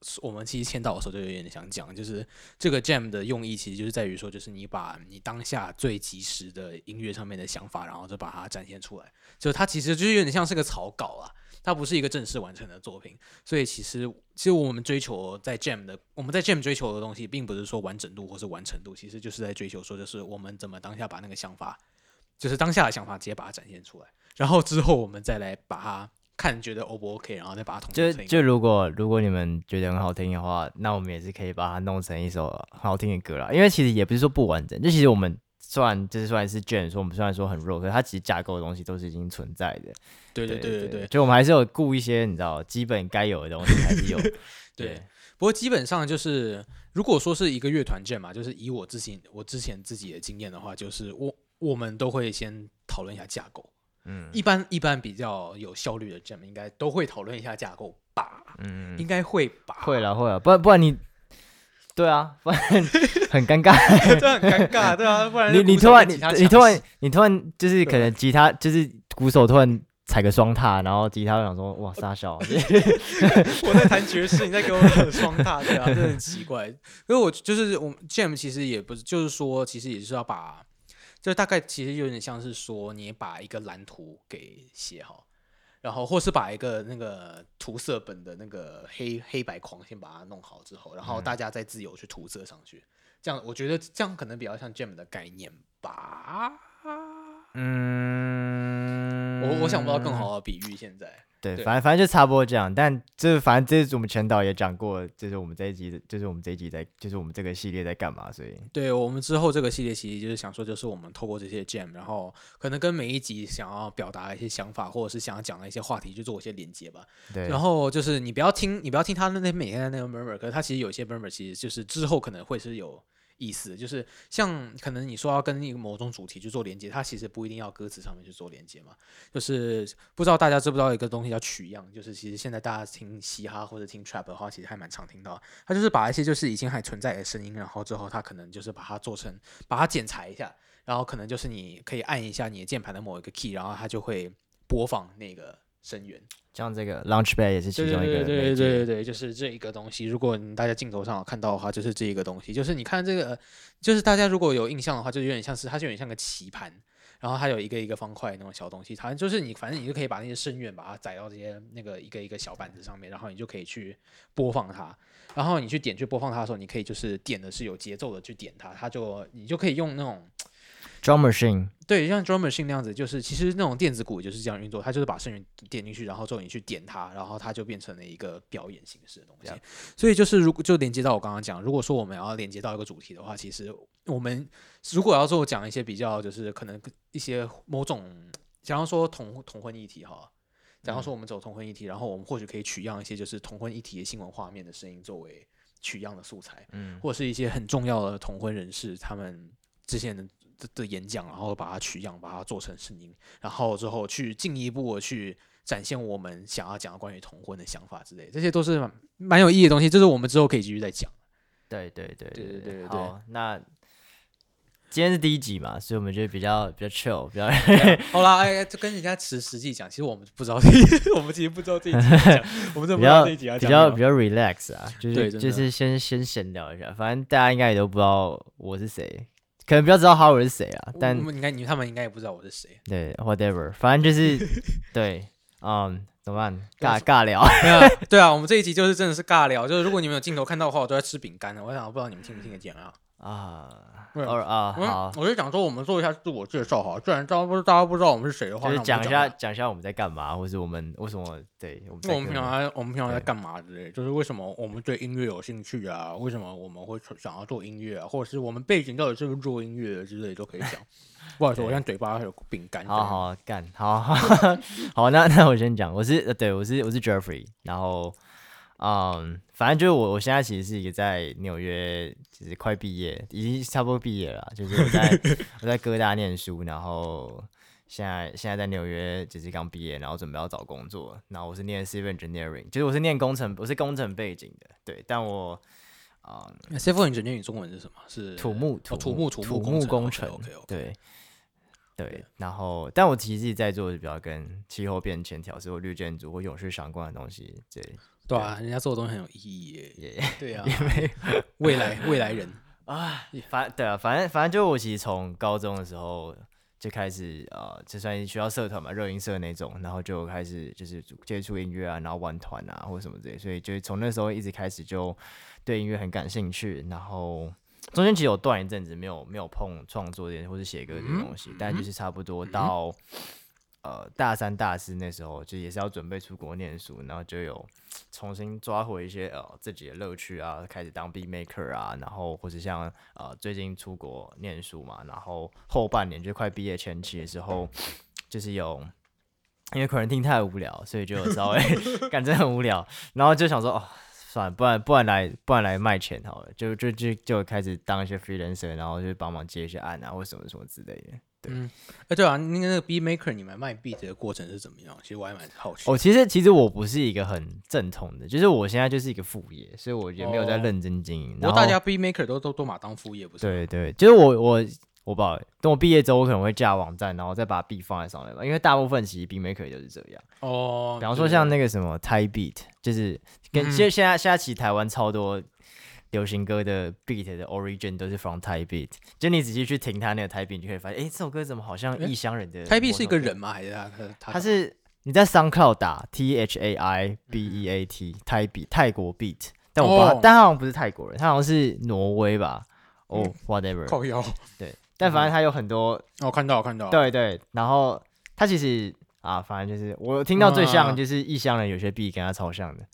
我们其实签到的时候就有点想讲，就是这个 jam 的用意其实就是在于说，就是你把你当下最及时的音乐上面的想法，然后就把它展现出来，就它其实就是有点像是个草稿啦。它不是一个正式完成的作品，所以其实我们追求在 jam 追求的东西，并不是说完整度或是完成度，其实就是在追求说，就是我们怎么当下把那个想法，就是当下的想法直接把它展现出来，然后之后我们再来把它看觉得 O 不 OK， 然后再把它统整成就如果你们觉得很好听的话，那我们也是可以把它弄成一首很好听的歌啦。因为其实也不是说不完整，就其实我们虽然是 jam， 说我们虽然说很弱，可是它其实架构的东西都是已经存在的。对，就我们还是有顾一些你知道基本该有的东西还是有。 对，不过基本上就是如果说是一个乐团 jam 嘛，就是以我之前自己的经验的话，就是我们都会先讨论一下架构。一般比较有效率的 jam 应该都会讨论一下架构吧。应该会吧。 会啦，不然你。对啊，不然很尴尬。 对，很尴尬，对啊，不然你突然就是可能吉他就是鼓手突然踩个双踏，然后吉他就想说哇傻笑， 我在弹爵士，你在给我扯双踏，对啊，这很奇怪。因为我们 jam 其实也不是，就是说其实也是要把，就大概其实有点像是说你把一个蓝图给写好。然后或是把一个那个涂色本的那个黑白框先把它弄好之后，然后大家再自由去涂色上去，这样我觉得这样可能比较像 jam 的概念吧。我想不到更好的比喻现在。 对，反正就差不多这样。但反正这是我们前导也讲过，就是我们这一集在，就是我们这个系列在干嘛。所以， 对我们之后这个系列其实就是想说，就是我们透过这些 jam， 然后可能跟每一集想要表达一些想法，或者是想要讲的一些话题，去做一些连接吧。 对。 然后就是你不要听他那每天的那个 murmur， 可是他其实有一些 murmur 其实就是之后可能会是有意思，就是像可能你说要跟一个某种主题去做连接，它其实不一定要歌词上面去做连接嘛。就是不知道大家知不知道一个东西叫取样，就是其实现在大家听嘻哈或者听 trap 的话，其实还蛮常听到。它就是把一些就是已经还存在的声音，然后之后它可能就是把它剪裁一下，然后可能就是你可以按一下你的键盘的某一个 key， 然后它就会播放那个声源。 像这个 Launchpad 也是其中一个。 对，就是这一个东西。如果大家镜头上有看到的话，就是这一个东西。就是你看这个，就是大家如果有印象的话，就有点像是它就有点像个棋盘，然后它有一个一个方块那种小东西。它就是反正你就可以把那些声源把它载到这些那个一个一个小板子上面，然后你就可以去播放它。然后你去播放它的时候，你可以就是点的是有节奏的去点它，你就可以用那种。 Drum machine， 对，像 drum machine 那样子，就是其实那种电子鼓也就是这样运作，它就是把声源点进去，然后之后你去点它，然后它就变成了一个表演形式的东西。所以就是就连接到我刚刚讲，如果说我们要连接到一个主题的话，其实我们如果要讲一些比较就是可能一些某种，假如说同婚议题哈，假如说我们走同婚议题，然后我们或许可以取样一些就是同婚议题的新闻画面的声音作为取样的素材，或者是一些很重要的同婚人士他们之前的演讲，然后把它取样，把它做成声音，然后之后去进一步的去展现我们想要讲的关于同婚的想法之类的，这些都是蛮有意义的东西，这是我们之后可以继续再讲。 对。好，那今天是第一集嘛，所以我们就比较 chill， 比较好啦，就跟人家实际讲，其实我们不知道我们其实不知道这一集讲，我们真的不知道这一集要讲， 比较 relax 啊，就是先闲聊一下，反正大家应该也都不知道我是谁。可能比较知道哈维是谁啊，但他们应该也不知道我是谁。 对 ，whatever， 反正就是对，怎么办？尬聊。 对啊，我们这一集就是真的是尬聊，就是如果你们有镜头看到的话，我都在吃饼干呢。我想不知道你们听不听得见啊？ 好， 我就想说我们做一下自我介绍好，既然大家不知道我们是谁的话， 就是讲一下我们在干嘛，或是我们为什么我们平常在干嘛之类，就是为什么我们对音乐有兴趣啊？为什么我们会想要做音乐啊？或者是我们背景到底是不是做音乐的之类都可以讲。不好意思，我现在嘴巴有饼干。 好干，好，那我先讲，我是 Jeffrey， 然后。反正就是我现在其实是一个在纽约，就是快毕业，已经差不多毕业了，就是我在哥大念书，然后现在在纽约就是刚毕业，然后准备要找工作，然后我是念 civil engineering， 就是我是工程背景的，对，但我 civil engineering 中文是什么？是土木工程， 对。 对，然后，但我其实自己在做的是比较跟气候变迁、调试或绿建筑或永续相关的东西。 对啊，人家做的东西很有意义耶。 也对啊， 也没未来人。 啊，反正就我其实从高中的时候就开始就算学校社团嘛，热音社那种，然后就开始就是接触音乐啊，然后玩团啊或者什么之类，所以就从那时候一直开始就对音乐很感兴趣，然后中间其实有断一阵子没有碰创作这些或是写歌这些东西，但就是差不多到大三大四那时候，就也是要准备出国念书，然后就有重新抓回一些自己的乐趣啊，开始当 beat maker 啊，然后或者像最近出国念书嘛，然后后半年就快毕业前期的时候，就是有因为可能听太无聊，所以就有稍微感觉很无聊，然后就想说算了，不然来卖钱好了，就开始当一些 freelancer， 然后就帮忙接一些案啊或什么之类的。对， 对啊，那个 beat maker 你们卖 beat 的过程是怎么样？其实我还蛮好奇。 其实我不是一个很正统的，就是我现在就是一个副业，所以我也没有在认真经营。 不过大家 beat maker 都马当副业，不是？ 对，就是我不知道，等我毕业之后，我可能会架网站，然后再把 beat 放在上面吧，因为大部分其实 beat maker 就是这样。比方说像那个什么 Thai beat， 就是现在其实台湾超多流行歌的 beat 的 origin 都是 from Thai beat， 就你仔细去听他那个 Thai beat， 你就可以发现，这首歌怎么好像异乡人的 Thai beat 是一个人吗？还是他是你在 SoundCloud 打 THAIBEAT Thai beat 泰国 beat， 但我不知道，但他好像不是泰国人，他好像是挪威吧？whatever， 靠腰。 对，但反正他有很多， 看到， 对，然后他其实反正就是我听到最像就是异乡人，有些 beat 跟他超像的。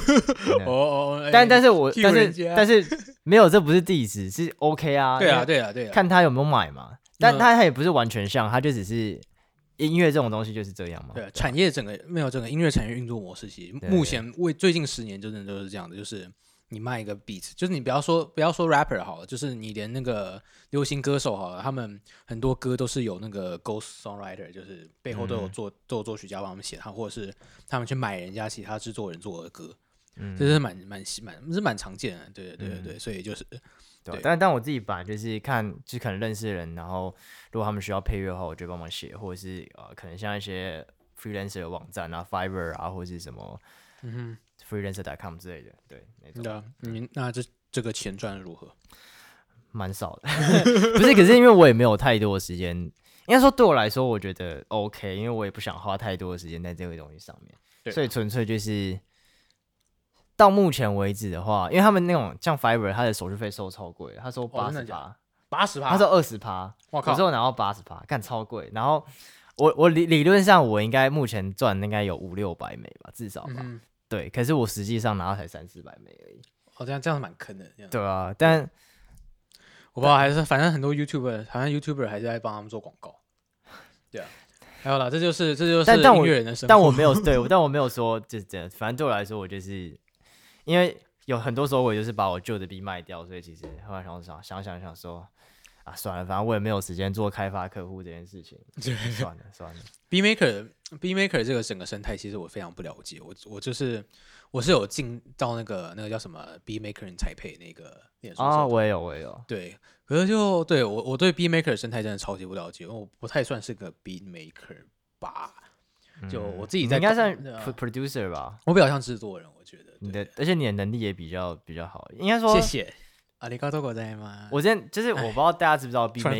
但是没有，这不是地址，是 OK 啊。 对啊， 看他有没有买嘛。但他也不是完全像，他就只是音乐这种东西就是这样嘛。 对，产业整个音乐产业运作模式，其实目前最近10年真的都是这样的，就是你卖一个 beat， 就是你不要说 rapper 好了，就是你连那个流行歌手好了，他们很多歌都是有那个 ghost songwriter， 就是背后都有作曲家帮他们写，或者是他们去买人家其他制作人做的歌，这是蛮常见的，对，所以就是对。但我自己本来就是看，就可能认识的人，然后如果他们需要配乐的话，我就帮忙写，或者是可能像一些 freelancer 的网站啊 ，Fiverr 啊，或者是什么freelancer.com 之类的，对，那种。 那这个钱赚的如何？ 蛮少的，不是，可是因为我也没有太多的时间，应该说对我来说，我觉得 OK， 因为我也不想花太多的时间在这个东西上面，所以纯粹就是到目前为止的话，因为他们那种像 Fiverr， 他的手续费收超贵，他收80%，他收20%，我靠，有时候拿到80%，干超贵。然后我理论上我应该目前赚应该有500-600美吧，至少吧，对。可是我实际上拿到才300-400美而已。 这样是蛮坑的。 对啊，但我不知道，还是反正很多 YouTuber 还是在帮他们做广告。对啊，还有啦，这就是音乐人的生活。 但我没有但我没有说就是这样，反正对我来说，我就是因为有很多时候我就是把我旧的币卖掉，所以其实后来想说算了，反正我也没有时间做开发客户这件事情，算了。 B Maker 这个整个生态，其实我非常不了解。我是有进到那个叫什么 B Maker 人才配那个脸书我也有。 对，可是就对我对 B Maker 的生态真的超级不了解，因为我不太算是个 B Maker 吧。就我自己在应该算 producer 吧， 我比较像制作人，我觉得。 而且你的能力也比较好，应该说谢谢。ありがとうございます。 我之前就是我不知道大家知不知道 B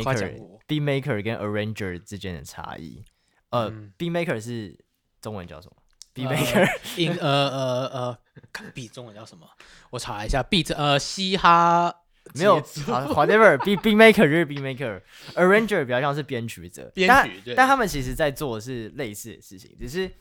Maker 跟 Arranger 之间的差异。B Maker 是中文叫什么 ？B Maker beat 中文叫什么？我查一下 beat 嘻哈没有whatever B Maker 就是 B Maker，Arranger 比较像是编曲者，但他们其实在做的是类似的事情，只是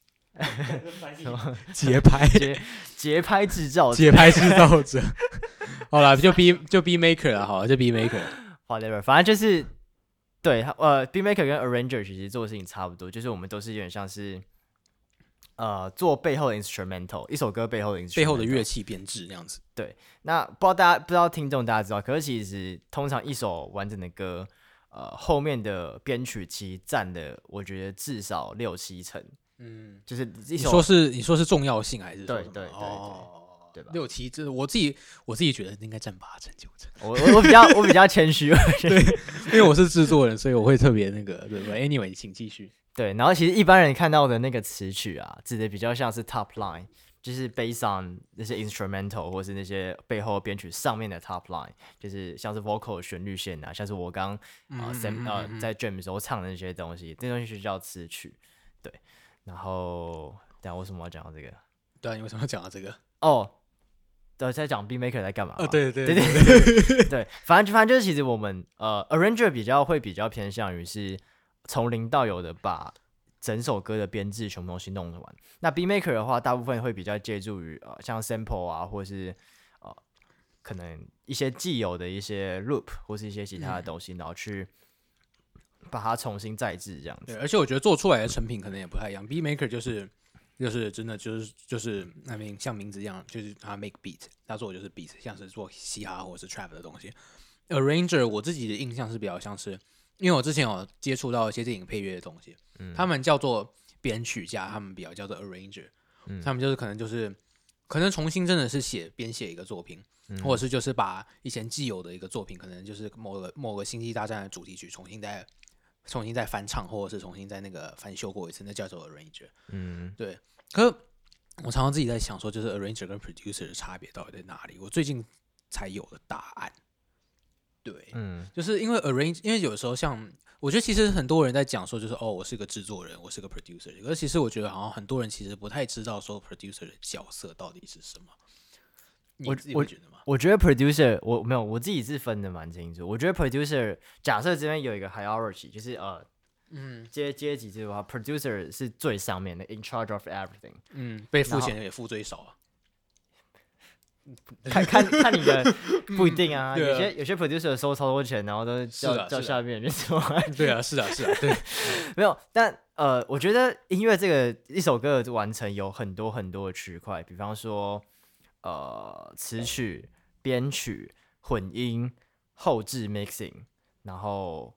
节拍制造者。好啦，就 B Maker 啦，好，就 B Maker whatever， 反正就是对B Maker 跟 Arranger 其实做的事情差不多，就是我们都是有点像是做背后的 instrumental， 一首歌背后的乐器编制那样子。 对，那不知道听众大家知道，可是其实通常一首完整的歌，后面的编曲其实占的，我觉得至少6-7成。就是一首你说是重要性还是对吧 ？6-7，这我自己觉得应该占8成9成。 我比较谦虚， 对，因为我是制作人，所以我会特别那个，对吧 ？Anyway， 请继续。 对，然后其实一般人看到的那个词曲啊，指的比较像是 top line， 就是 based on 那些 instrumental 或是那些背后编曲上面的 top line， 就是像是 vocal 旋律线啊，像是我刚在 jam 的时候唱的那些东西，这东西就叫词曲。对，然后等一下为什么要讲到这个？ 对啊，你为什么要讲到这个？ 哦，对，在讲 beat maker 在干嘛？ 对， 对，反正就是其实我们arranger 会比较偏向于是从零到有的把整首歌的编制全部东西弄完。那 beat maker 的话，大部分会比较借助于像 sample 啊，或是可能一些既有的一些 loop 或是一些其他的东西，然后去把它重新再制这样子。 对，而且我觉得做出来的成品可能也不太一样。beat maker 就是真的就是那边像名字一样，就是他 make beat， 他做的就是 beat， 像是做嘻哈或者是 trap 的东西。arranger 我自己的印象是比较像是，因为我之前有接触到一些电影配乐的东西，他们叫做编曲家，他们比较叫做 arranger，他们就是可能重新真的是编写一个作品，或者是就是把以前既有的一个作品，可能就是某个星际大战的主题曲重新再翻唱，或者是重新再那个翻修过一次，那叫做 arranger。对。可是我常常自己在想说，就是 arranger 跟 producer 的差别到底在哪里？我最近才有了答案。对，就是因为 因为有时候像我觉得其实很多人在讲说，就是我是个制作人，我是个 producer， 可是其实我觉得好像很多人其实不太知道说 producer 的角色到底是什么。你自己会觉得吗？ 我觉得 producer 我自己是分的蛮清楚。我觉得 producer 假设这边有一个 hierarchy， 就是阶级的话 ，producer 是最上面的 ，in charge of everything。 被付钱也付最少啊。 看你的不一定啊，有些 producer 收超多钱，然后都叫下面人做。 对啊，是啊，对， 没有，但我觉得音乐这个一首歌的完成有很多很多的区块，比方说词曲、编曲、混音、后置 mixing， 然后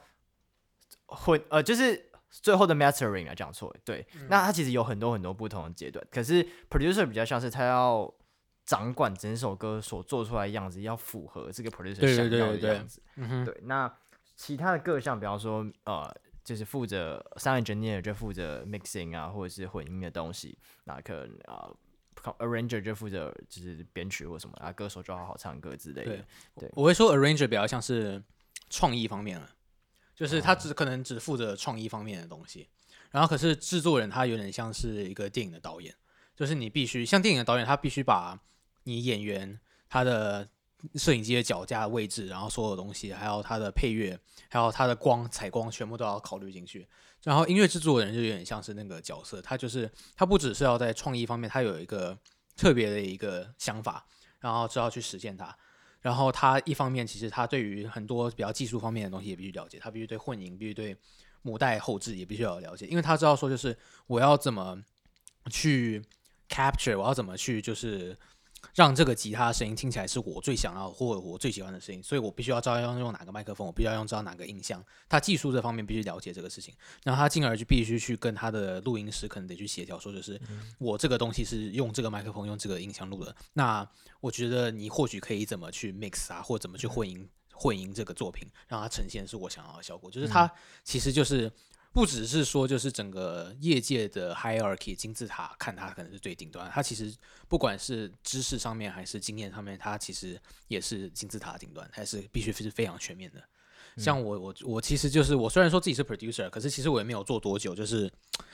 就是最后的 mastering 啊，讲错了，对，那它其实有很多很多不同的阶段，可是 producer 比较像是他要掌管整首歌所做出来的样子，要符合这个 producer 想要的样子。对，那其他的各项，比方说就是负责 sound engineer 就负责 mixing 啊，或者是混音的东西，那可能arranger 就负责就是编曲或什么，歌手就好好唱歌之类的。对， 我会说 arranger 比较像是创意方面了，就是他可能只负责创意方面的东西，然后可是制作人他有点像是一个电影的导演，就是你必须像电影的导演，他必须把你演员他的摄影机的脚架的位置，然后所有东西，还有他的配乐，还有他的采光，全部都要考虑进去。然后音乐制作人就有点像是那个角色，他不只是要在创意方面，他有一个特别的一个想法，然后知道去实现它。然后他一方面其实他对于很多比较技术方面的东西也必须了解，他必须对混音，必须对母带后置也必须要了解，因为他知道说就是我要怎么去 capture， 我要怎么去就是让这个吉他的声音听起来是我最想要或者我最喜欢的声音，所以我必须要知道要用哪个麦克风，我必须要知道哪个音箱，他技术这方面必须了解这个事情，然后他进而就必须去跟他的录音师可能得去协调，说就是我这个东西是用这个麦克风用这个音箱录的，那我觉得你或许可以怎么去 mix 啊，或怎么去混音这个作品，让它呈现是我想要的效果，就是它其实就是不只是说就是整个业界的 hierarchy 金字塔看它可能是最顶端，它其实不管是知识上面还是经验上面，它其实也是金字塔的顶端，还是必须是非常全面的。像我其实就是我虽然说自己是 producer， 可是其实我也没有做多久，就是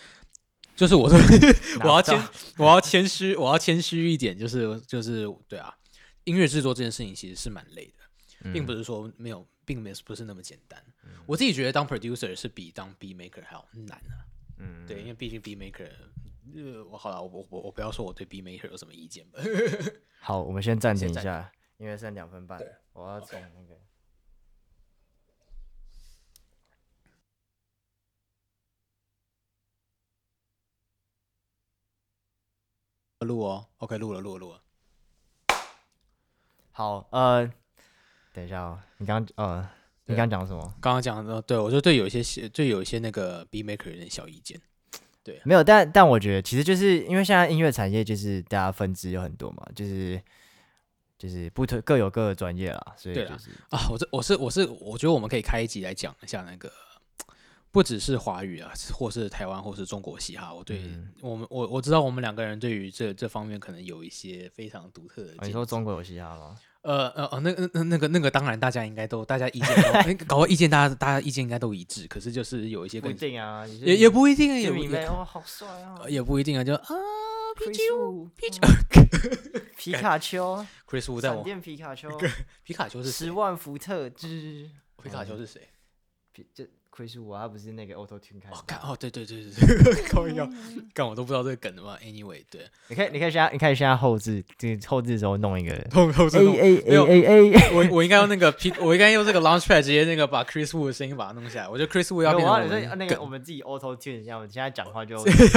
我要谦虚一点，就是对啊，音乐制作这件事情其实是蛮累的，并不是说并不是那么简单。我自己觉得当 producer 是比当 beat maker 还要难啊。对，因为毕竟 beat maker，好了，我不要说我对 beat maker 有什么意见吧。 好，我们先暂停一下，因为剩2分半，我要从那个。 录哦 ，OK， 录了。 好，等一下哦，你刚讲什么？ 刚刚讲的，对我就对有一些那个 beat maker 有点小意见。对， 没有，但我觉得其实就是因为现在音乐产业就是大家分支有很多嘛，就是各有各的专业啦，所以就是啊，我觉得我们可以开一集来讲一下那个不只是华语啊，或是台湾或是中国嘻哈，我知道我们两个人对于这方面可能有一些非常独特的见解。 你说中国有嘻哈吗？ 那个当然大家意见都搞个意见大家意见应该都一致，可是就是有一些不一定啊， 也不一定啊， 哦好帅啊， 也不一定啊，就皮卡丘 Chris Wu 在我闪电皮卡丘， 皮卡丘是谁 10万伏特之皮卡丘是谁？ 这Chris Wu 他不是那个 Auto Tune 开始对，靠腰，干我都不知道这个梗的嘛。Anyway， 对， 你可以现在后置，后置的时候弄一个后置 A， 我应该用那个我应该用这个 Launchpad 直接那个把 Chris Wu 的声音把它弄下来。我觉得 Chris Wu 要变成那个我们自己 Auto Tune 一样，我现在讲话就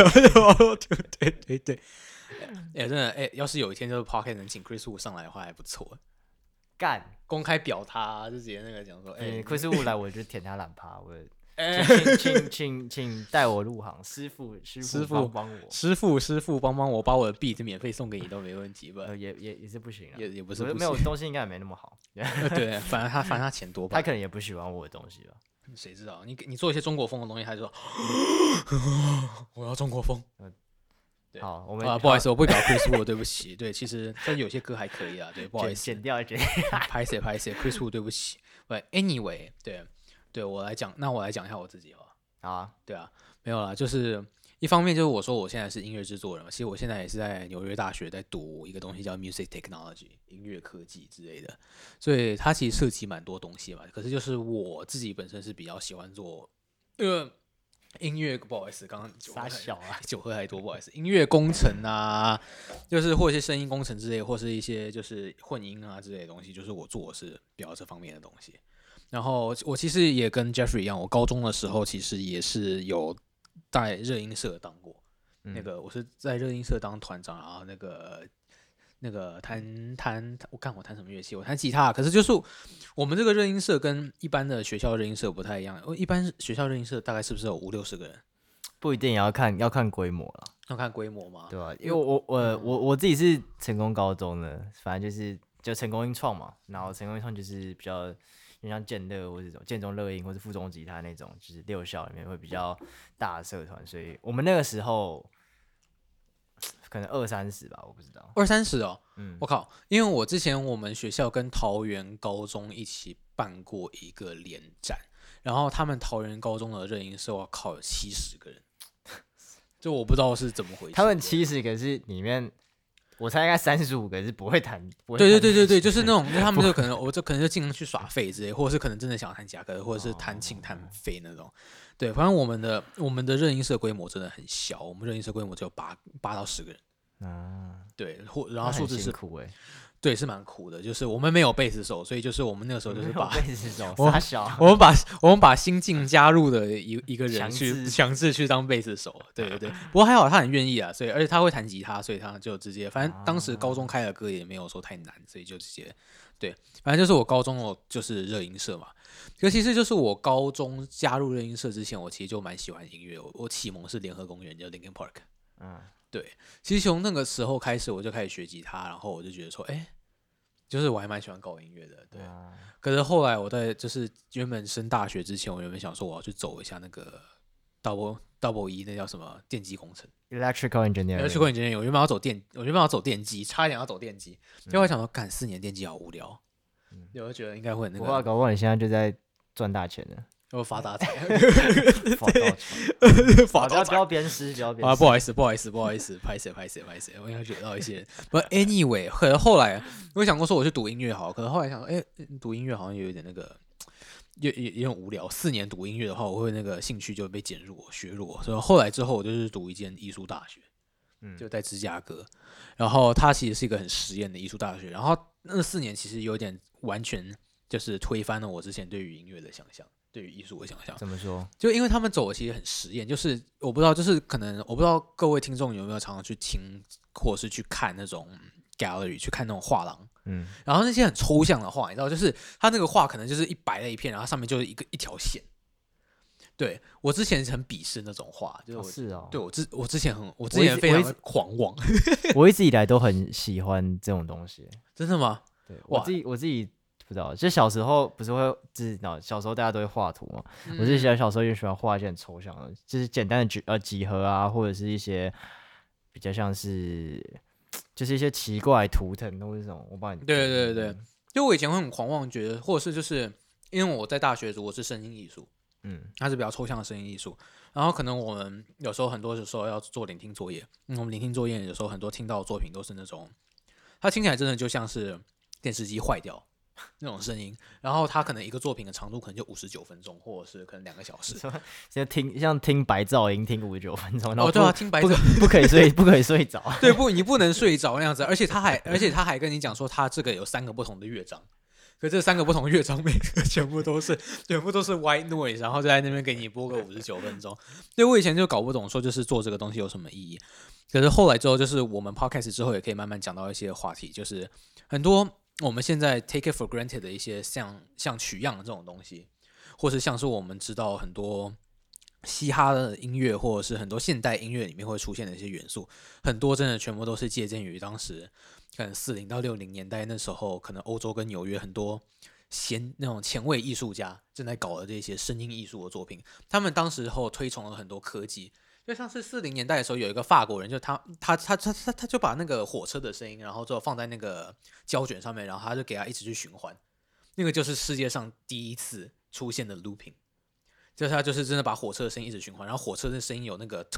对，真的要是有一天就是 Podcast 能请 Chris Wu 上来的话还不错。 干公开表他，就直接那个讲说 ，Chris Wu 来我就舔他懒趴，我请带我入行，师傅帮我， 师傅帮我把我的 beat 免费送给你都没问题吧？ 也是不行啊， 也不是没有东西应该也没那么好。 对，反正他钱多吧， 他可能也不喜欢我的东西吧。 谁知道？你做一些中国风的东西，他就说我要中国风。 好，我们不好意思，我不会搞 Chris Wu， 对不起。对，其实但有些歌还可以啊，对，不好意思， 剪掉， 拍摄 Chris Wu， 对不起。Anyway， 对我来讲，那我来讲一下我自己好啊， 对啊，没有啦，就是一方面就是我说我现在是音乐制作人嘛，其实我现在也是在纽约大学在读一个东西叫 Music Technology 音乐科技之类的，所以它其实涉及蛮多东西嘛。可是就是我自己本身是比较喜欢做音乐，不好意思，刚刚酒喝太多，不好意思。音乐工程啊，就是或一些声音工程之类，或是一些就是混音啊之类的东西，就是我做的是比较这方面的东西。然后我其实也跟 Jeffrey 一样，我高中的时候其实也是有在热音社当过，那个我是在热音社当团长，然后那个弹，我弹什么乐器？我弹吉他。可是就是我们这个热音社跟一般的学校热音社不太一样，一般学校热音社大概是不是有50-60个人？ 不一定，要看规模啦。 要看规模嘛， 对吧？因为我自己是成功高中的，反正就成功音创嘛，然后成功音创就是比较像建乐或者建中热音或是附中吉他那种，就是6校里面会比较大的社团，所以我们那个时候可能20-30吧，我不知道 20-30哦，我靠！因为我们学校跟桃园高中一起办过一个联展，然后他们桃园高中的热音社，我靠，有70个人，就我不知道是怎么回事。 他们70个是里面，我猜应该35个是不会弹。 对，就是那种，他们就可能可能就尽量去耍废之类，或者是可能真的想弹吉他，或者是弹琴弹废那种。对，反正我们的热音社规模真的很小，我们热音社规模只有8到10个人。对，然后数字是苦对，是蛮苦的，就是我们没有贝斯手，所以就是我们那个时候就是把贝斯手我们把新进加入的一个人去强制去当贝斯手，对。不过还好他很愿意啊，所以而且他会弹吉他，所以他就直接，反正当时高中开的歌也没有说太难，所以就直接对，反正就是我高中就是热音社嘛。可其实就是我高中加入热音社之前，我其实就蛮喜欢音乐，我启蒙是联合公园，叫 Linkin Park。对，其实从那个时候开始我就开始学吉他，然后我就觉得说，就是我还蛮喜欢搞音乐的，对。可是后来我在就是原本升大学之前，我原本想说我要去走一下那个 double E 那叫什么电机工程 ，electrical engineering。 我原本要走电机，差一点要走电机，结果我想说，干4年电机好无聊，我就觉得应该会那个。 搞不好你现在就在赚大钱了。 我发大财， 不要鞭尸， 不好意思，拍谁，我应该惹到一些人。不 ，anyway， 可能后来我想过说我去读音乐好，可是后来想说，读音乐好像有一点那个，有点无聊。4年读音乐的话，我会那个兴趣就被减弱、削弱。所以后来之后，我就是读一间艺术大学，就在芝加哥。然后它其实是一个很实验的艺术大学。然后那4年其实有点完全就是推翻了我之前对于音乐的想象。对于艺术的想象， 怎么说？ 就因为他们走的其实很实验，就是我不知道，就是可能我不知道各位听众有没有常常去听，或是去看那种 gallery， 去看那种画廊，然后那些很抽象的画，你知道，就是他那个画可能就是一白的一片，然后上面就是一条线。对，我之前很鄙视那种画，就是对我之前非常的狂妄， 我一直以来都很喜欢这种东西。 真的吗？ 对，我自己不知道，就小时候不是会，就是小时候大家都会画图嘛。我是小时候就喜欢画一些很抽象的，就是简单的几何啊，或者是一些比较像是就是一些奇怪的图腾或者这种，我帮你。 对，就我以前会很狂妄，觉得或者是就是因为我在大学读我是声音艺术，它是比较抽象的声音艺术。然后可能我们有时候很多时候要做聆听作业，我们聆听作业有时候很多听到的作品都是那种，它听起来真的就像是电视机坏掉那种声音，然后它可能一个作品的长度可能就59分钟，或者是可能2个小时。 像听白噪音听59分钟，然后对啊，听白噪不可以睡着。 对，你不能睡着那样子，而且他还跟你讲说他这个有3个不同的乐章。可这3个不同乐章，每个全部都是 white noise， 然后就在那边给你播个59分钟。所以我以前就搞不懂说就是做这个东西有什么意义。可是后来之后，就是我们 podcast 之后也可以慢慢讲到一些话题，就是很多我们现在 take it for granted 的一些像取样这种东西，或是像是我们知道很多嘻哈的音乐，或者是很多现代音乐里面会出现的一些元素，很多真的全部都是借鉴于当时可能40到60年代那时候，可能欧洲跟纽约很多那种前卫艺术家正在搞的这些声音艺术的作品，他们当时候推崇了很多科技。就像是40年代的时候，有一个法国人，就他就把那个火车的声音，然后就放在那个胶卷上面，然后他就给他一直去循环，那个就是世界上第一次出现的 looping。就是他就是真的把火车的声音一直循环，然后火车的声音有那个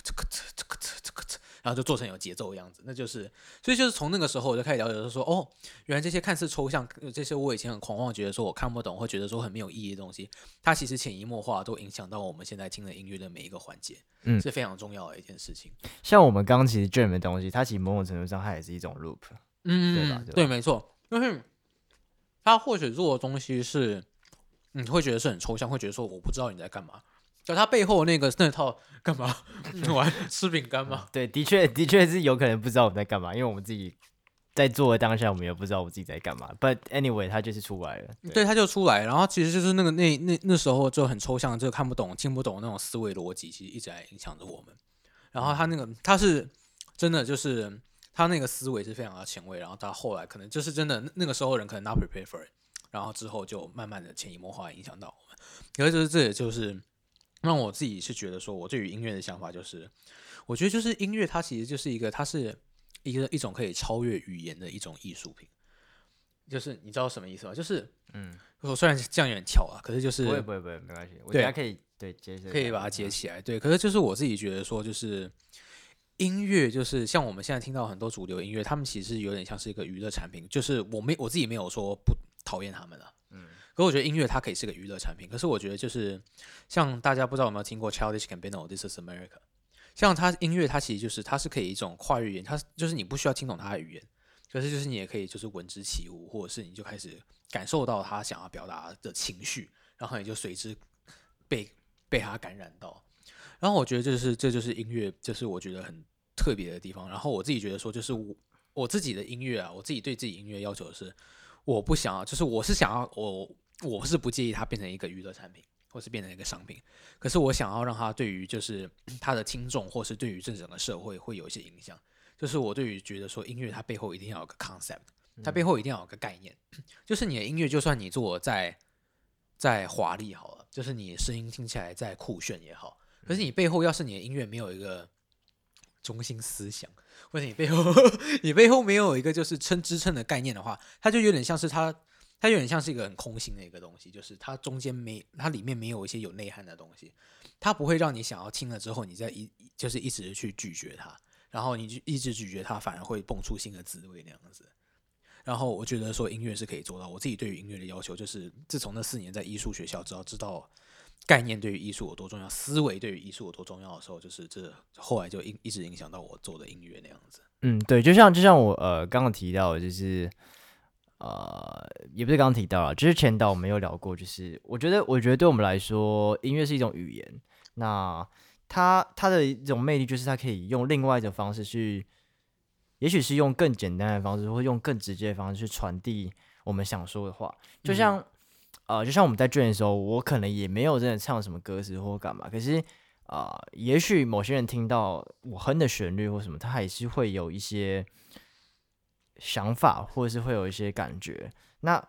然后就做成有节奏的样子，那就是所以就是从那个时候我就开始了解，就是说哦，原来这些看似抽象，这些我以前很狂妄，觉得说我看不懂，会觉得说很没有意义的东西，它其实潜移默化都影响到我们现在听的音乐的每一个环节，是非常重要的一件事情。 像我们刚刚其实 jam 的东西，它其实某种程度上它也是一种 loop，对吧？ 对，没错，因为它或许做的东西是。你会觉得是很抽象，会觉得说我不知道你在干嘛，可它背后那套干嘛？玩吃饼干吗？ 对，的确是有可能不知道我们在干嘛，因为我们自己在做的当下，我们也不知道我自己在干嘛。But anyway， 它就是出来了。 对，它就出来，然后其实就是那时候就很抽象，就看不懂、听不懂那种思维逻辑，其实一直在影响着我们。然后他是真的就是他那个思维是非常的前卫，然后他后来可能就是真的那个时候人可能 not prepared for it。然后之后就慢慢的潜移默化影响到我们，可是就是这也就是让我自己是觉得说，我对于音乐的想法就是，我觉得就是音乐它其实就是它是一种可以超越语言的一种艺术品，就是你知道什么意思吗？就是我虽然这样有点跳啊，可是就是不会没关系，我等下可以可以把它接起来，对，可是就是我自己觉得说就是。音乐就是像我们现在听到很多主流音乐，他们其实有点像是一个娱乐产品，就是我自己没有说不讨厌他们了，可我觉得音乐它可以是个娱乐产品，可是我觉得就是像大家不知道有没有听过 Childish Gambino This Is America， 像他音乐它其实就是它是可以一种跨越语言，它就是你不需要听懂他的语言，可是就是你也可以就是闻之起舞，或者是你就开始感受到他想要表达的情绪，然后你就随之被他感染到。然后我觉得这就是音乐，就是我觉得很特别的地方。然后我自己觉得说，就是我自己的音乐啊，我自己对自己音乐要求的是，我不想要，就是我是想要我是不介意它变成一个娱乐产品，或是变成一个商品。可是我想要让它对于就是它的听众，或是对于这整个社会会有一些影响。就是我对于觉得说，音乐它背后一定要有个 concept， 它背后一定要有个概念。就是你的音乐，就算你做再华丽好了，就是你声音听起来再酷炫也好。可是你背后要是你的音乐没有一个中心思想，或者你背后没有一个就是支撑的概念的话，它就有点像是它有点像是一个很空心的一个东西，就是它它里面没有一些有内涵的东西，它不会让你想要听了之后你再就是一直去拒绝它，然后你就一直拒绝它，反而会蹦出新的滋味那样子。然后我觉得说音乐是可以做到，我自己对于音乐的要求就是自从那4年在艺术学校知道概念对于艺术有多重要，思维对于艺术有多重要的时候，就是这后来就一直影响到我做的音乐那样子。 对，就像我刚刚提到的，就是也不是刚刚提到了，就是前导我们有聊过，就是我觉得对我们来说，音乐是一种语言，那它的一种魅力就是它可以用另外一种方式去，也许是用更简单的方式，或用更直接的方式去传递我们想说的话，就像我们在卷的时候，我可能也没有真的唱什么歌词或干嘛，可是也许某些人听到我哼的旋律或什么，他还是会有一些想法，或者是会有一些感觉。那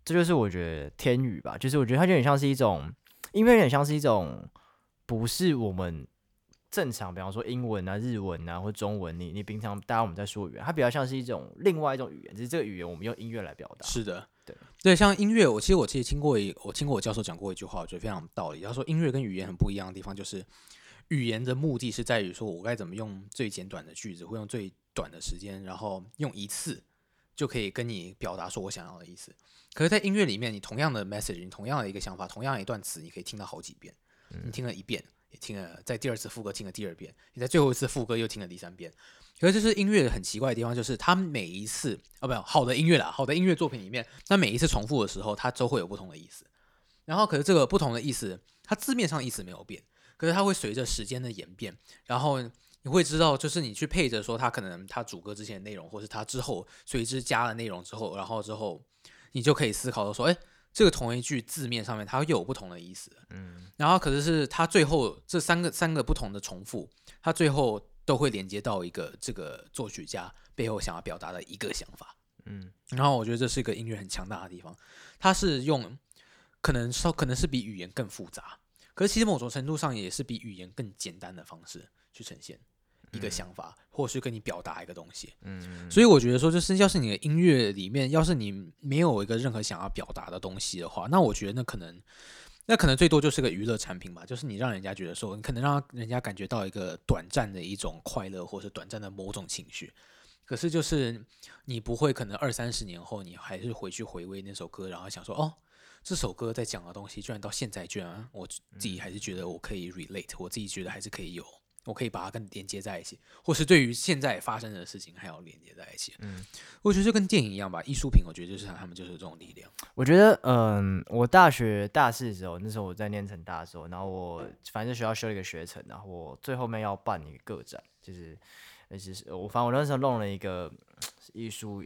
这就是我觉得天语吧，就是我觉得它有点像是一种音乐，有点像是一种不是我们正常，比方说英文啊、日文啊或中文，你平常大家我们在说语言，它比较像是一种另外一种语言，只是这个语言我们用音乐来表达。 是的， 对对，像音乐，我其实听过我教授讲过一句话，我觉得非常有道理。他说音乐跟语言很不一样的地方，就是语言的目的是在于说我该怎么用最简短的句子，或用最短的时间，然后用一次就可以跟你表达说我想要的意思。可是，在音乐里面，你同样的 message， 你同样的一个想法，同样的一段词，你可以听到好几遍。你听了一遍，也听了，在第二次副歌听了第二遍，你在最后一次副歌又听了第三遍。可是，就是音乐很奇怪的地方，就是它每一次不好的音乐啦，好的音乐作品里面，它每一次重复的时候，它都会有不同的意思。然后，可是这个不同的意思，它字面上意思没有变，可是它会随着时间的演变，然后你会知道，就是你去配着说，它可能它主歌之前的内容，或是它之后随之加了内容之后，然后之后你就可以思考到说，哎，这个同一句字面上面它又有不同的意思。然后可是它最后这三个不同的重复，它最后都会连接到一个这个作曲家背后想要表达的一个想法。然后我觉得这是一个音乐很强大的地方，它是用可能是比语言更复杂，可是其实某种程度上也是比语言更简单的方式去呈现一个想法，或是跟你表达一个东西。所以我觉得说，就是要是你的音乐里面，要是你没有一个任何想要表达的东西的话，那我觉得那可能最多就是个娱乐产品吧，就是你让人家觉得说，你可能让人家感觉到一个短暂的一种快乐，或是短暂的某种情绪。可是就是你不会可能20-30年后，你还是回去回味那首歌，然后想说，哦，这首歌在讲的东西，居然到现在居然我自己还是觉得我可以 relate， 我自己觉得还是可以有。我可以把它跟连接在一起，或是对于现在发生的事情还要连接在一起。我觉得就跟电影一样吧，艺术品，我觉得就是他们就是有这种力量。 我觉得，我大学大四的时候，那时候我在念成大的时候，然后我反正学校修了一个学程，然后我最后面要办一个个展，就是我那时候弄了一个艺术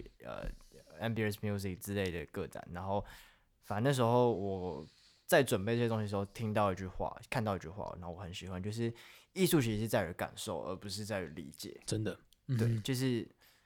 ambient music 之类的个展，然后反正那时候我在准备这些东西的时候，听到一句话，看到一句话，然后我很喜欢，就是艺术其实是在于感受，而不是在于理解。 真的， 对，就是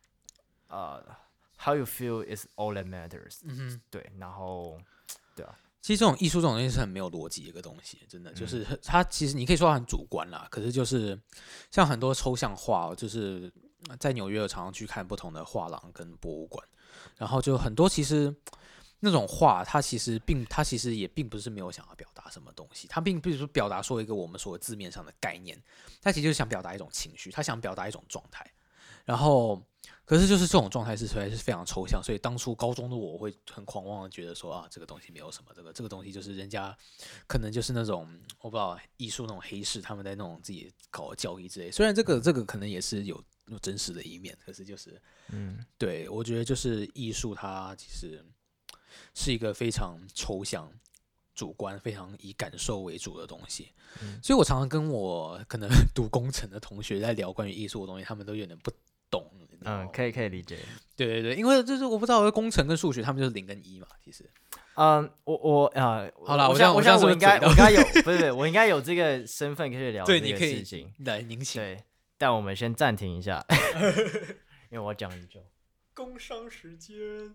how you feel is all that matters。对，然后对啊， 其实这种艺术这种东西是很没有逻辑的一个东西，真的就是它其实你可以说它很主观啦，可是就是像很多抽象画，就是在纽约常常去看不同的画廊跟博物馆，然后就很多其实那种画，它其实也并不是没有想要表达什么东西，它并不是说表达说一个我们所谓字面上的概念，它其实就是想表达一种情绪，它想表达一种状态，然后可是就是这种状态实在是非常抽象，所以当初高中的我会很狂妄的觉得说啊，这个东西没有什么，这个东西就是人家可能就是那种我不知道艺术那种黑市，他们在那种自己搞的教义之类，虽然这个可能也是有真实的一面，可是就是对，我觉得就是艺术它其实是一个非常抽象、主观、非常以感受为主的东西，所以我常常跟我可能读工程的同学在聊关于艺术的东西，他们都有点不懂。 可以理解。 对对对，因为就是我不知道，工程跟数学他们就是0跟1嘛，其实。 好了，我想我应该有，不是，我应该有这个身份可以聊这个事情。 来，您请。 对，但我们先暂停一下，因为我要讲很久。 工商时间。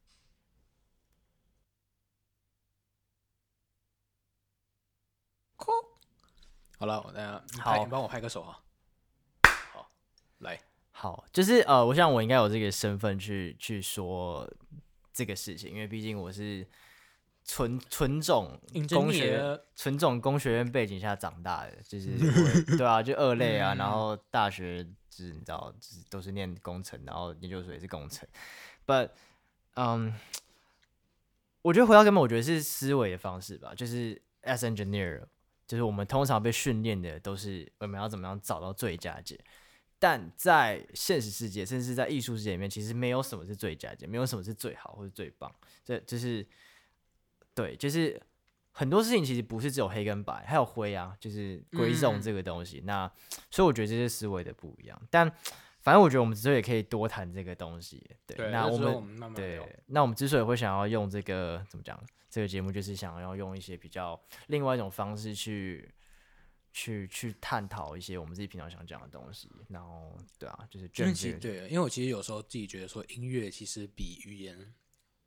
好了，你帮我拍个手啊。好，来。 好，就是我想我应该有这个身份去说这个事情，因为毕竟我是纯种工学院背景下长大的，就是对啊，就2类啊，然后大学就是你知道，就是都是念工程，然后研究所也是工程，but 我觉得回到根本，我觉得是思维的方式吧，就是 as engineer， 就是我们通常被训练的都是我们要怎么样找到最佳解。但在现实世界，甚至是在艺术世界里面，其实没有什么是最佳解，没有什么是最好或者最棒。这就是对，就是很多事情其实不是只有黑跟白，还有灰啊，就是 gray zone 这个东西。那所以我觉得这些思维的不一样。但反正我觉得我们之所以可以多谈这个东西，对，那我们慢慢对，那我们之所以会想要用这个怎么讲，这个节目就是想要用一些比较另外一种方式去探讨一些我们自己平常想讲的东西，然后对啊，就是对，因为我其实有时候自己觉得说，音乐其实比语言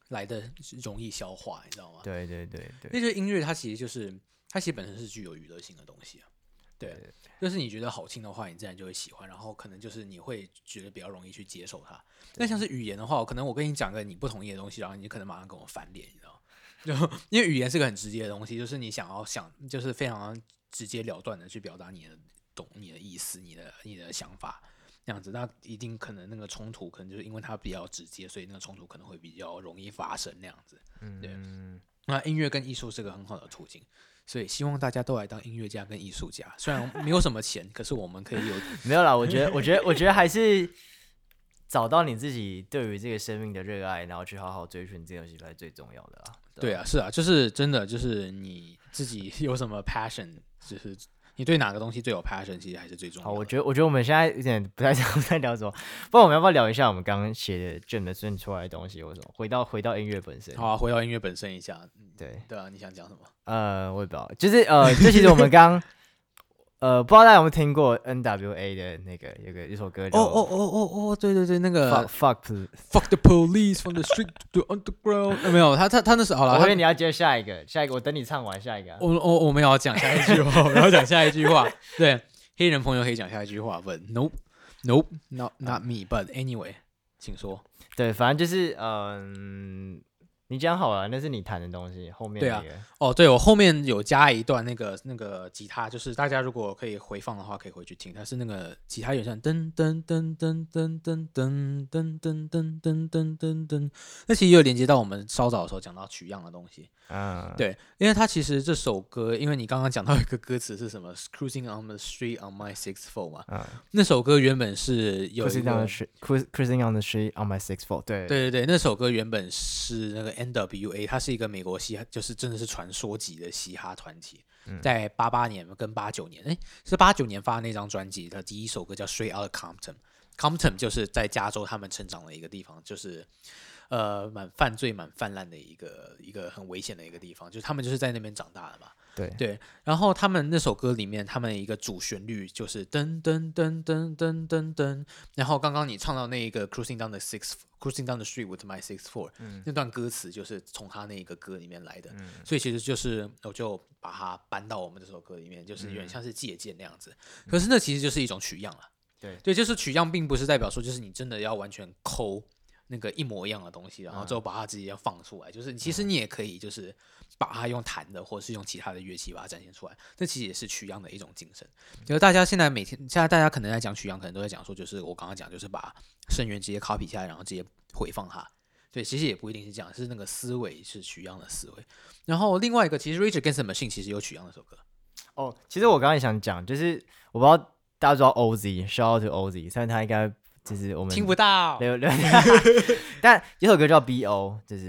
来的容易消化，你知道吗？ 对对对对， 那些音乐它其实本身是具有娱乐性的东西啊。对，就是你觉得好听的话，你自然就会喜欢，然后可能就是你会觉得比较容易去接受它。那像是语言的话，可能我跟你讲个你不同意的东西，然后你可能马上跟我翻脸，你知道吗？就因为语言是个很直接的东西，就是你想就是非常直截了当的去表达你的意思、你的想法这样子，那一定可能那个冲突，可能就是因为它比较直接，所以那个冲突可能会比较容易发生那样子。对，那音乐跟艺术是个很好的途径。所以希望大家都来当音乐家跟艺术家，虽然没有什么钱，可是我们可以有没有啦，我觉得还是找到你自己对于这个生命的热爱，然后去好好追寻这个东西才是最重要的啦。 对啊，是啊，就是真的，就是你自己有什么 passion，就是你对哪个东西最有 passion， 其实还是最重要的。 好，我觉得我们现在有点不太知道在聊什么，不然我们要不要聊一下我们刚刚写的卷的顺出来的东西，或什么？回到音乐本身。 好啊，回到音乐本身一下。 对对啊，你想讲什么？ 我也不知道，就是就其实我们刚不知道大家有没有听过 NWA 的那个有一首歌叫对对对，那个 fuck the police from the street to underground，没有他那是好了， 我以为你要接下一个我等你唱完下一个。 我们要讲下一句话，我们要讲下一句话。对，黑人朋友可以讲下一句话，but nope not me，but anyway， 请说。 对，反正就是你讲好了，那是你弹的东西，后面那个。 对，我后面有加一段那个吉他，就是大家如果可以回放的话，可以回去听。它是那个吉他有像噔噔噔噔噔噔噔噔噔噔噔噔噔，那其实有连接到我们稍早的时候讲到取样的东西。对，因为它其实这首歌，因为你刚刚讲到一个歌词是什么 ，Cruising on the street on my 6'4" 嘛，那首歌原本是有一个 Cruising on the street on my 6'4", 对，那首歌原本是那个 NWA， 它是一个美国嘻哈，就是真的是传说级的嘻哈团体，在88年跟89年，是89年发的那张专辑，它第一首歌叫 Straight Outta Compton，Compton 就是在加州他们成长的一个地方，就是犯罪蛮泛滥的一个很危险的一个地方，就是他们就是在那边长大的嘛。对，然后他们那首歌里面，他们一个主旋律就是噔噔噔噔噔噔噔，然后刚刚你唱到那一个 Cruising down the street with my 6'4", 那段歌词就是从他那一个歌里面来的，所以其实就是我就把它搬到我们这首歌里面，就是有点像是借鉴那样子。可是那其实就是一种取样了。对，就是取样，并不是代表说就是你真的要完全抠那个一模一样的东西，然后之后把它直接放出来。就是其实你也可以就是把它用弹的，或者是用其他的乐器把它展现出来。这其实也是取样的一种精神。就是大家现在大家可能在讲取样，可能都在讲说，就是我刚刚讲，就是把声源直接 copy 下来，然后直接回放它。对，其实也不一定是这样，是那个思维是取样的思维。然后另外一个，其实 Rage Against the Machine 其实有取样那首歌。 其实我刚才想讲，就是我不知道大家知道 OZ，shout out to OZ， 虽然他应该就是我们听不到， 但有首歌叫 BO， 就是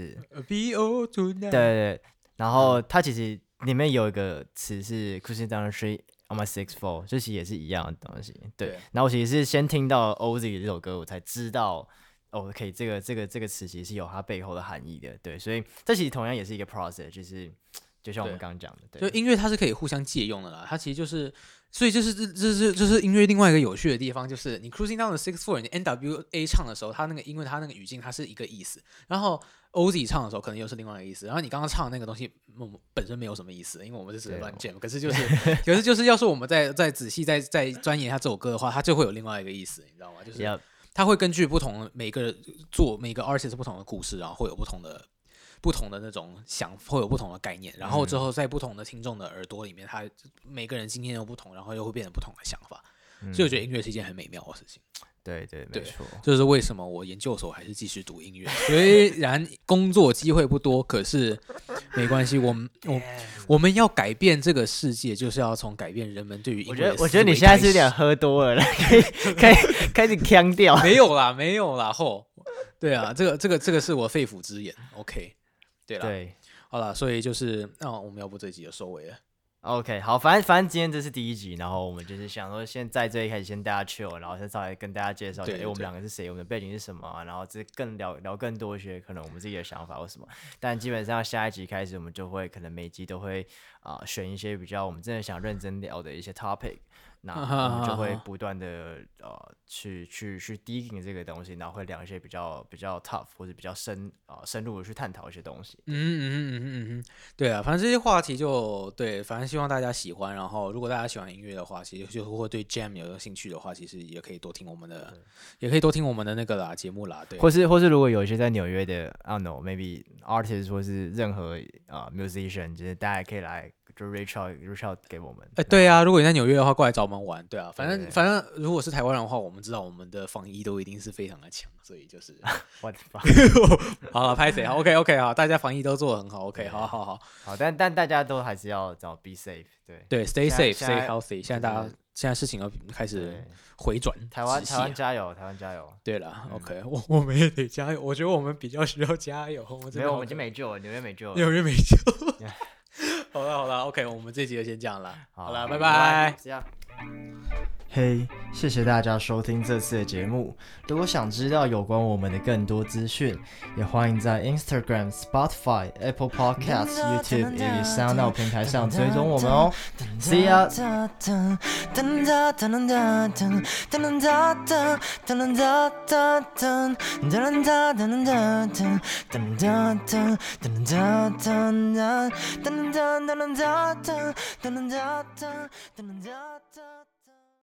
BO tonight。 对，然后它其实里面有一个词是 Cruising down the street on my 6'4", 就其实也是一样的东西。对，然后我其实是先听到 OZ 这首歌，我才知道OK， 这个词其实是有它背后的含义的。对，所以这其实同样也是一个 process， 就像我们刚刚讲的，对， 就音乐它是可以互相借用的啦，它其实就是，所以这是音乐另外一个有趣的地方，就是你 Cruising down the 6'4", 你 NWA 唱的时候，因为它那个语境它是一个意思，然后 OZ 唱的时候可能又是另外一个意思，然后你刚刚唱的那个东西本身没有什么意思，因为我们是只是乱建，可是就是要是我们再仔细再钻研一下这首歌的话，它就会有另外一个意思，你知道吗？就是它会根据不同每个 artist 不同的故事，然后会有不同的那种会有不同的概念，然后之后在不同的听众的耳朵里面，他每个人经验又不同，然后又会变成不同的想法，所以我觉得音乐是一件很美妙的事情。 对，没错， 这就是为什么我研究所还是继续读音乐。虽然工作机会不多，可是没关系，我们要改变这个世界，就是要从改变人们对于音乐的思维开始。 我觉得你现在是有点喝多了，可以开始腔调。 没有啦，对啊，这个是我肺腑之言。OK。对，好了，所以就是我们要不这一集就收尾了。 OK， 好，反正今天这是第一集，然后我们就是想说，先在这一开始先大家 chill， 然后再稍微跟大家介绍一下，我们两个是谁，我们的背景是什么然后这更聊更多一些可能我们自己的想法或什么。但基本上下一集开始，我们就会可能每集都会选一些比较我们真的想认真聊的一些 topic， 那我们就会不断的去 digging 这个东西，然后会聊一些比较 tough 或者比较深入的去探讨一些东西。 对啊，反正这些话题就对，反正希望大家喜欢。然后如果大家喜欢音乐的话，其实就或对 Jam 有兴趣的话，其实也可以多听我们的，那个啦节目啦，对。 或是如果有一些在纽约的 I don't know maybe artist 或是任何musician， 就是大家可以来就 reach out 给我们。 对啊，如果你在纽约的话，过来找我们玩，对啊，反正如果是台湾人的话，我们知道我们的防疫都一定是非常的强，所以就是 What the fuck 好了，拍谁？OK， 好，大家防疫都做得很好 ，OK， 好， 但大家都还是要找 be safe， 对 ，stay safe，stay healthy。现在事情要开始回转， 台湾加油，台湾加油。 对了，OK， 我们也得加油，我觉得我们比较需要加油。 没有，我们已经没救了，纽约没救了， 纽约没救。好了 ，OK， 我们这集就先这样了。好了，拜拜。 嘿，谢谢大家收听这次的节目。如果想知道有关我们的更多资讯，也欢迎在 Instagram、Spotify、Apple Podcasts、YouTube 以及 SoundOut 平台上追踪我们哦。See ya。